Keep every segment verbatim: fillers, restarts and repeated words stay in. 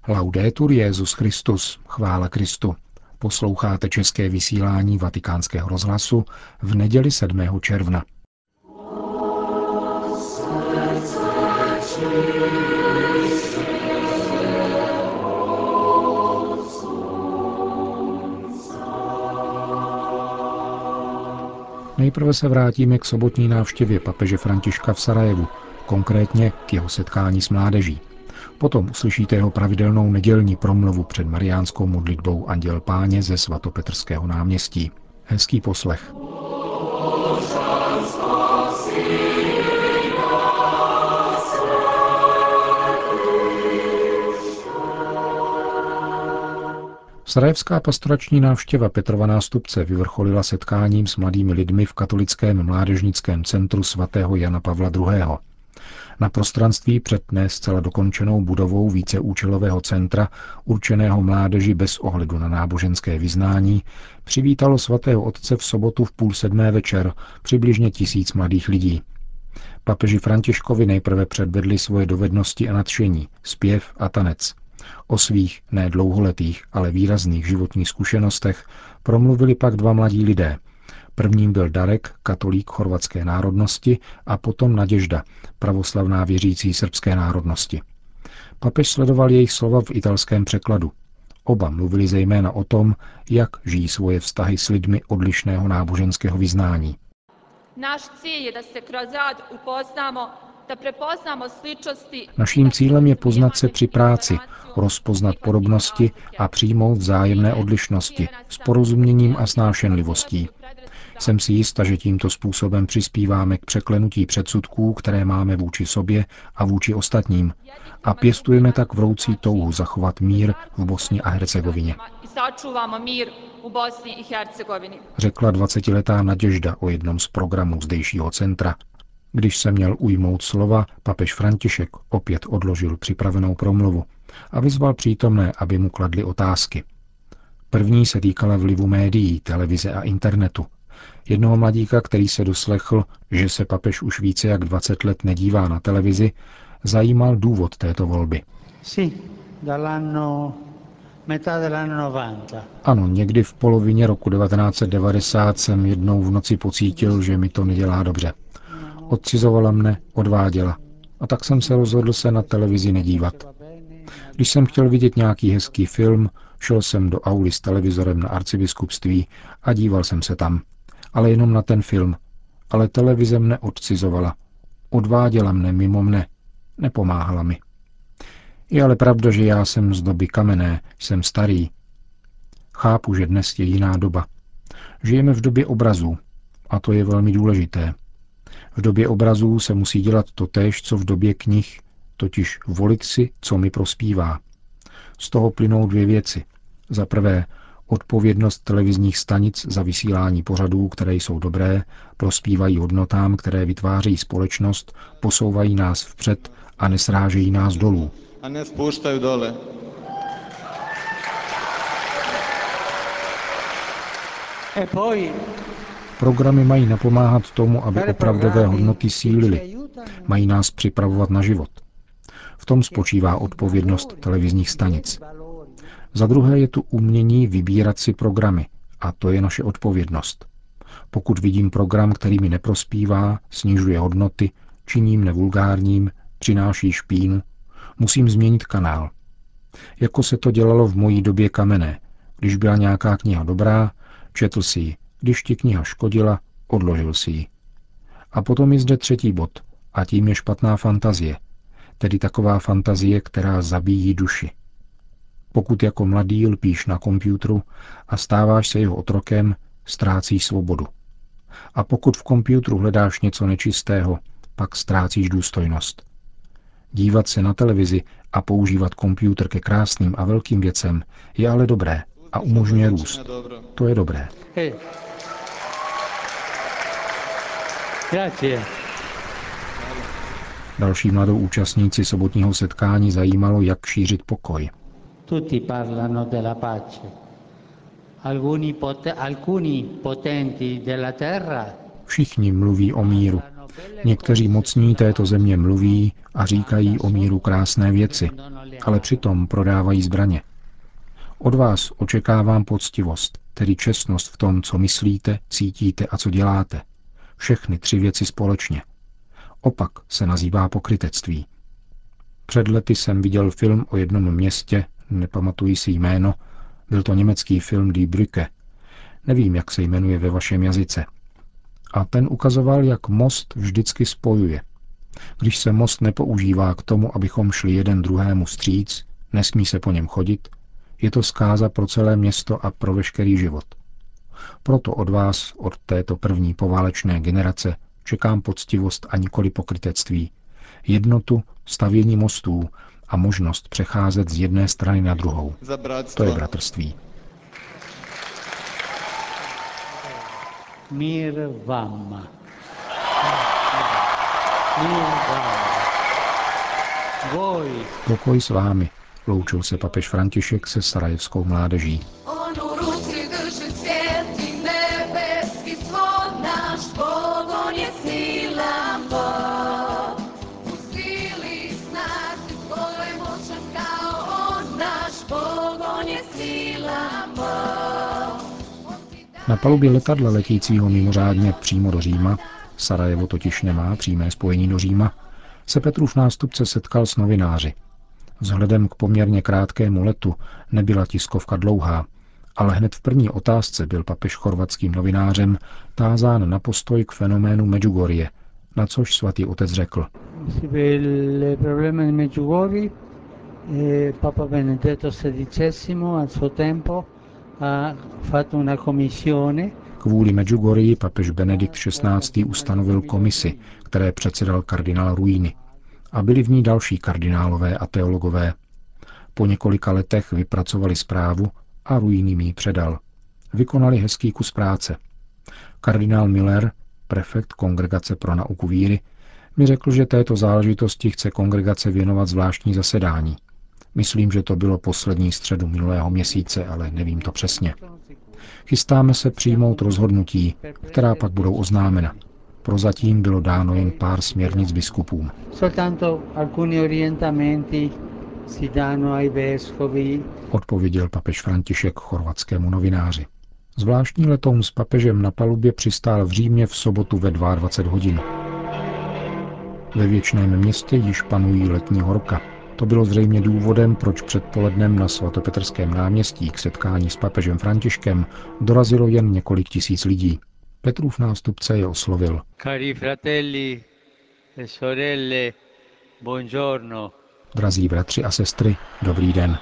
Laudetur Jesus Christus, chvála Kristu. Posloucháte české vysílání Vatikánského rozhlasu v neděli sedmého června. Nejprve se vrátíme k sobotní návštěvě papeže Františka v Sarajevu, konkrétně k jeho setkání s mládeží. Potom uslyšíte jeho pravidelnou nedělní promluvu před mariánskou modlitbou Anděl Páně ze svatopetrského náměstí. Hezký poslech. Sarajevská pastorační návštěva Petrova nástupce vyvrcholila setkáním s mladými lidmi v katolickém mládežnickém centru svatého Jana Pavla druhého. Na prostranství před ne zcela dokončenou budovou víceúčelového centra určeného mládeži bez ohledu na náboženské vyznání přivítalo svatého otce v sobotu v půl sedmé večer přibližně tisíc mladých lidí. Papeži Františkovi nejprve předvedli svoje dovednosti a nadšení, zpěv a tanec. O svých, ne dlouholetých, ale výrazných životních zkušenostech promluvili pak dva mladí lidé. Prvním byl Darek, katolík chorvatské národnosti, a potom Naděžda, pravoslavná věřící srbské národnosti. Papež sledoval jejich slova v italském překladu. Oba mluvili zejména o tom, jak žijí svoje vztahy s lidmi odlišného náboženského vyznání. Náš cíl je, da se kroz rad upoznamo, da prepoznamo sličnosti. Naším cílem je poznat se při práci, rozpoznat podobnosti a přijmout vzájemné odlišnosti s porozuměním a snášenlivostí. Jsem si jista, že tímto způsobem přispíváme k překlenutí předsudků, které máme vůči sobě a vůči ostatním, a pěstujeme tak vroucí touhu zachovat mír v Bosně a Hercegovině. Řekla dvacetiletá Naděžda o jednom z programů zdejšího centra. Když se měl ujmout slova, papež František opět odložil připravenou promluvu a vyzval přítomné, aby mu kladli otázky. První se týkala vlivu médií, televize a internetu. Jednoho mladíka, který se doslechl, že se papež už více jak dvacet let nedívá na televizi, zajímal důvod této volby. Ano, někdy v polovině roku devatenáct set devadesát jsem jednou v noci pocítil, že mi to nedělá dobře. Odcizovala mne, odváděla. A tak jsem se rozhodl se na televizi nedívat. Když jsem chtěl vidět nějaký hezký film, šel jsem do auly s televizorem na arcibiskupství a díval jsem se tam. Ale jenom na ten film. Ale televize mne odcizovala. Odváděla mne mimo mne. Nepomáhala mi. Je ale pravda, že já jsem z doby kamenné, jsem starý. Chápu, že dnes je jiná doba. Žijeme v době obrazů. A to je velmi důležité. V době obrazů se musí dělat totéž, co v době knih, totiž volit si, co mi prospívá. Z toho plynou dvě věci. Za prvé, odpovědnost televizních stanic za vysílání pořadů, které jsou dobré, prospívají hodnotám, které vytvářejí společnost, posouvají nás vpřed a nesrážejí nás dolů. A nespouštají dole. Programy mají napomáhat tomu, aby opravdové hodnoty sílily. Mají nás připravovat na život. V tom spočívá odpovědnost televizních stanic. Za druhé je tu umění vybírat si programy, a to je naše odpovědnost. Pokud vidím program, který mi neprospívá, snižuje hodnoty, činí mne vulgárním, přináší špínu, musím změnit kanál. Jako se to dělalo v mojí době kamenné. Když byla nějaká kniha dobrá, četl si ji. Když ti kniha škodila, odložil si ji. A potom je zde třetí bod, a tím je špatná fantazie, tedy taková fantazie, která zabíjí duši. Pokud jako mladý lpíš na počítači a stáváš se jeho otrokem, ztrácíš svobodu. A pokud v počítači hledáš něco nečistého, pak ztrácíš důstojnost. Dívat se na televizi a používat počítač ke krásným a velkým věcem je ale dobré a umožňuje růst. To je dobré. Další mladou účastníci sobotního setkání zajímalo, jak šířit pokoj. Tutti parlano della pace. Alcuni, pot- alcuni potenti della terra. Všichni mluví o míru. Někteří mocní této země mluví a říkají o míru krásné věci. ale přitom prodávají zbraně. Od vás očekávám poctivost, tedy čestnost v tom, co myslíte, cítíte a co děláte. Všechny tři věci společně. Opak se nazývá pokrytectví. Před lety jsem viděl film o jednom městě, nepamatuji si jméno, byl to německý film Die Brücke. Nevím, jak se jmenuje ve vašem jazyce. A ten ukazoval, jak most vždycky spojuje. Když se most nepoužívá k tomu, abychom šli jeden druhému vstříc, nesmí se po něm chodit, je to zkáza pro celé město a pro veškerý život. Proto od vás, od této první poválečné generace, čekám poctivost a nikoli pokrytectví, jednotu, stavění mostů a možnost přecházet z jedné strany na druhou. To je bratrství. Mir vám. Mir vám. Voi. Pokoj s vámi, loučil se papež František se sarajevskou mládeží. Na palubě letadla letícího mimořádně přímo do Říma, Sarajevo totiž nemá přímé spojení do Říma, se Petrův nástupce setkal s novináři. Vzhledem k poměrně krátkému letu nebyla tiskovka dlouhá, ale hned v první otázce byl papež chorvatským novinářem tázán na postoj k fenoménu Medjugorje, na což svatý otec řekl. Papa Benedetto sedicesimo al suo tempo ha fatto una commissione. Kvůli Medjugorji papež Benedikt šestnáctý ustanovil komisi, které předsedal kardinál Ruini. A byli v ní další kardinálové a teologové. Po několika letech vypracovali zprávu a Ruini mi ji předal. Vykonali hezký kus práce. Kardinál Miller, prefekt Kongregace pro nauku víry, mi řekl, že této záležitosti chce kongregace věnovat zvláštní zasedání. Myslím, že to bylo poslední středu minulého měsíce, ale nevím to přesně. Chystáme se přijmout rozhodnutí, která pak budou oznámena. Prozatím bylo dáno jen pár směrnic biskupům. Odpověděl papež František chorvatskému novináři. Zvláštní letoun s papežem na palubě přistál v Římě v sobotu ve dvacet dva hodin. Ve věčném městě již panují letní horka. To bylo zřejmě důvodem, proč předpolednem na svatopetrském náměstí k setkání s papežem Františkem dorazilo jen několik tisíc lidí. Petrův nástupce je oslovil. Cari fratelli e sorelle, buongiorno. Drazí bratři a sestry, dobrý den.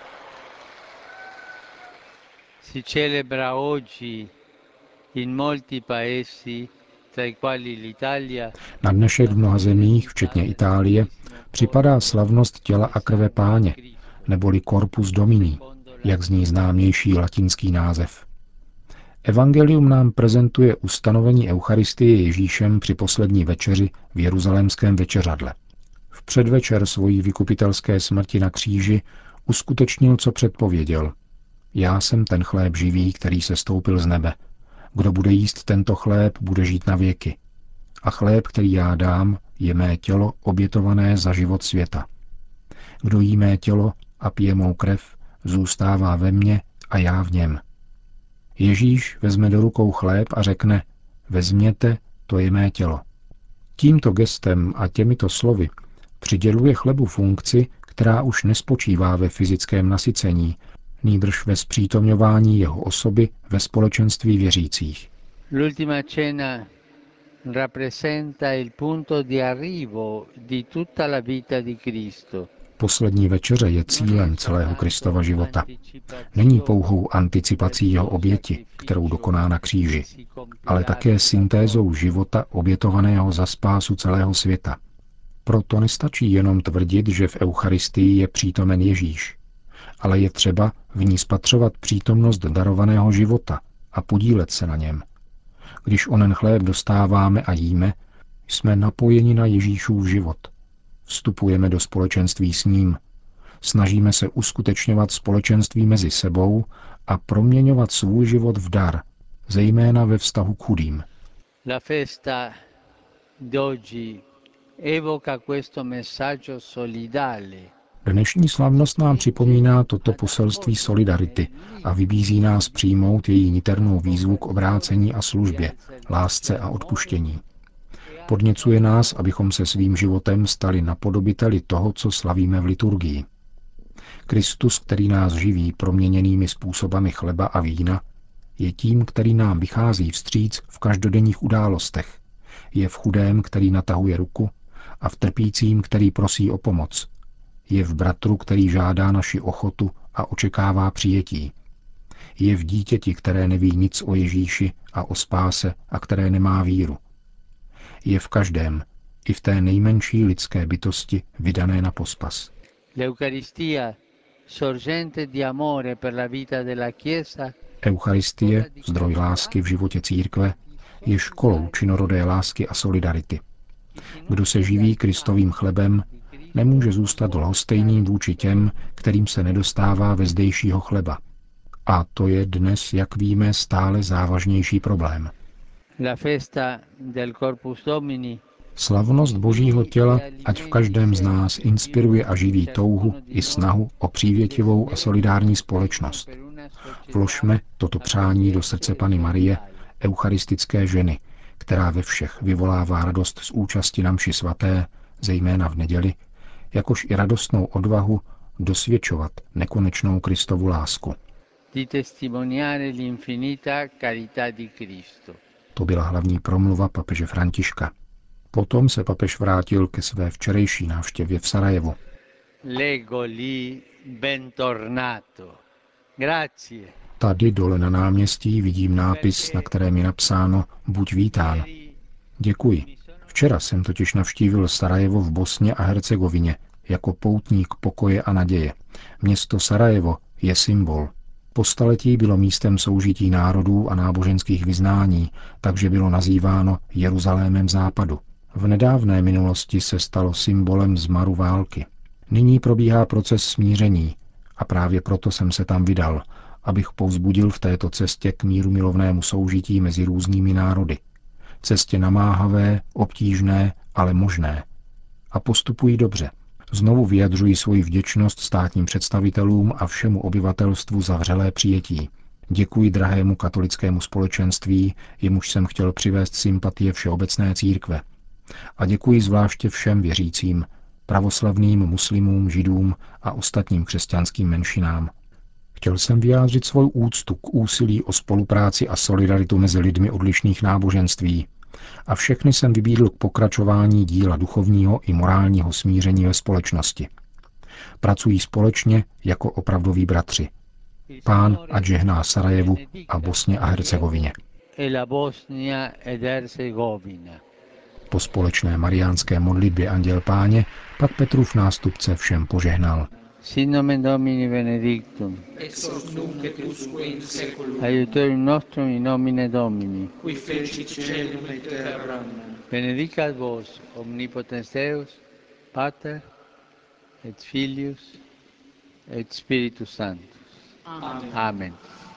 Si celebra oggi in molti paesi, tra i quali l'Italia. Na dnešek v mnoha zemích, včetně Itálie, připadá slavnost těla a krve Páně, neboli Corpus Domini, jak zní známější latinský název. Evangelium nám prezentuje ustanovení Eucharistie Ježíšem při poslední večeři v jeruzalémském večeřadle. V předvečer svojí vykupitelské smrti na kříži uskutečnil, co předpověděl. Já jsem ten chléb živý, který se stoupil z nebe. Kdo bude jíst tento chléb, bude žít na věky. A chléb, který já dám, je mé tělo obětované za život světa. Kdo jí mé tělo a pije mou krev, zůstává ve mně a já v něm. Ježíš vezme do rukou chléb a řekne, vezměte, to je mé tělo. Tímto gestem a těmito slovy přiděluje chlebu funkci, která už nespočívá ve fyzickém nasycení, nýbrž ve zpřítomňování jeho osoby ve společenství věřících. L'ultima cena rappresenta il punto di arrivo di tutta la vita di Cristo. Poslední večeře je cílem celého Kristova života. Není pouhou anticipací jeho oběti, kterou dokoná na kříži, ale také syntézou života obětovaného za spásu celého světa. Proto nestačí jenom tvrdit, že v Eucharistii je přítomen Ježíš, ale je třeba v ní spatřovat přítomnost darovaného života a podílet se na něm. Když onen chléb dostáváme a jíme, jsme napojeni na Ježíšův život. Vstupujeme do společenství s ním. Snažíme se uskutečňovat společenství mezi sebou a proměňovat svůj život v dar, zejména ve vztahu k chudým. La festa d'oggi evoca questo messaggio solidale. Dnešní slavnost nám připomíná toto poselství solidarity a vybízí nás přijmout její niternou výzvu k obrácení a službě, lásce a odpuštění. Podněcuje nás, abychom se svým životem stali napodobiteli toho, co slavíme v liturgii. Kristus, který nás živí proměněnými způsobami chleba a vína, je tím, který nám vychází vstříc v každodenních událostech. Je v chudém, který natahuje ruku, a v trpícím, který prosí o pomoc. Je v bratru, který žádá naši ochotu a očekává přijetí. Je v dítěti, které neví nic o Ježíši a o spáse a které nemá víru. Je v každém, i v té nejmenší lidské bytosti vydané na pospas. Eucharistie, zdroj lásky v životě církve, je školou činorodé lásky a solidarity. Kdo se živí Kristovým chlebem, nemůže zůstat lhostejným vůči těm, kterým se nedostává ve zdejšího chleba. A to je dnes, jak víme, stále závažnější problém. Slavnost Božího těla, ať v každém z nás inspiruje a živí touhu i snahu o přívětivou a solidární společnost. Vložme toto přání do srdce Panny Marie, eucharistické ženy, která ve všech vyvolává radost z účasti na mši svaté, zejména v neděli, jakož i radostnou odvahu dosvědčovat nekonečnou Kristovu lásku. To byla hlavní promluva papeže Františka. Potom se papež vrátil ke své včerejší návštěvě v Sarajevu. Tady dole na náměstí vidím nápis, na kterém je napsáno Buď vítán. Děkuji. Včera jsem totiž navštívil Sarajevo v Bosně a Hercegovině jako poutník pokoje a naděje. Město Sarajevo je symbol. Po staletí bylo místem soužití národů a náboženských vyznání, takže bylo nazýváno Jeruzalémem západu. V nedávné minulosti se stalo symbolem zmaru války. Nyní probíhá proces smíření a právě proto jsem se tam vydal, abych povzbudil v této cestě k mírumilovnému soužití mezi různými národy. Cestě namáhavé, obtížné, ale možné. A postupují dobře. Znovu vyjadřuji svoji vděčnost státním představitelům a všemu obyvatelstvu za vřelé přijetí. Děkuji drahému katolickému společenství, jemuž jsem chtěl přivést sympatie všeobecné církve. A děkuji zvláště všem věřícím, pravoslavným, muslimům, židům a ostatním křesťanským menšinám. Chtěl jsem vyjádřit svou úctu k úsilí o spolupráci a solidaritu mezi lidmi odlišných náboženství a všechny jsem vybídl k pokračování díla duchovního i morálního smíření ve společnosti. Pracují společně jako opravdoví bratři. Pán ať žehná Sarajevu a Bosně a Hercegovině. Po společné mariánské modlitbě Anděl Páně pak Petrův nástupce všem požehnal. Sit nomen Domini benedictum, ex hoc nunc et usque in seculum, aiutorium nostrum in nomine Domini, qui fecit caelum et terram. benedicat vos omnipotens Deus, Pater et Filius et Spiritus Sanctus. Amen. Amen.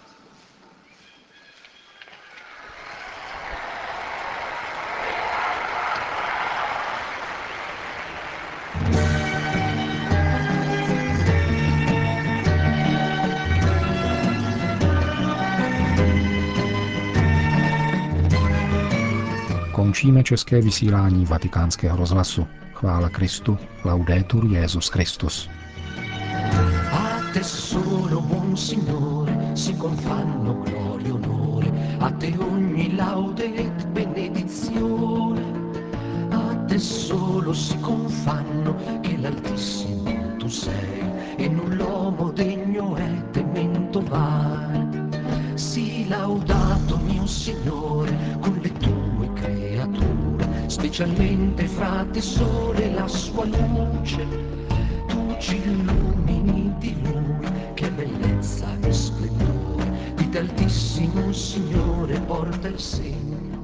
Končíme české vysílání Vatikánského rozhlasu. Chvála Kristu, laudetur Jesus Christus. A te solo, buon Signore, si confanno gloria e onore, a te ogni laude et benedizione. A te solo si confanno che l'Altissimo tu sei, e null'uomo degno è temento vai. Sii laudato mio Signore con le tue creature, specialmente fra te sole la sua luce. Tu ci illumini di Lui, che bellezza e splendore, di te Altissimo Signore porta il segno.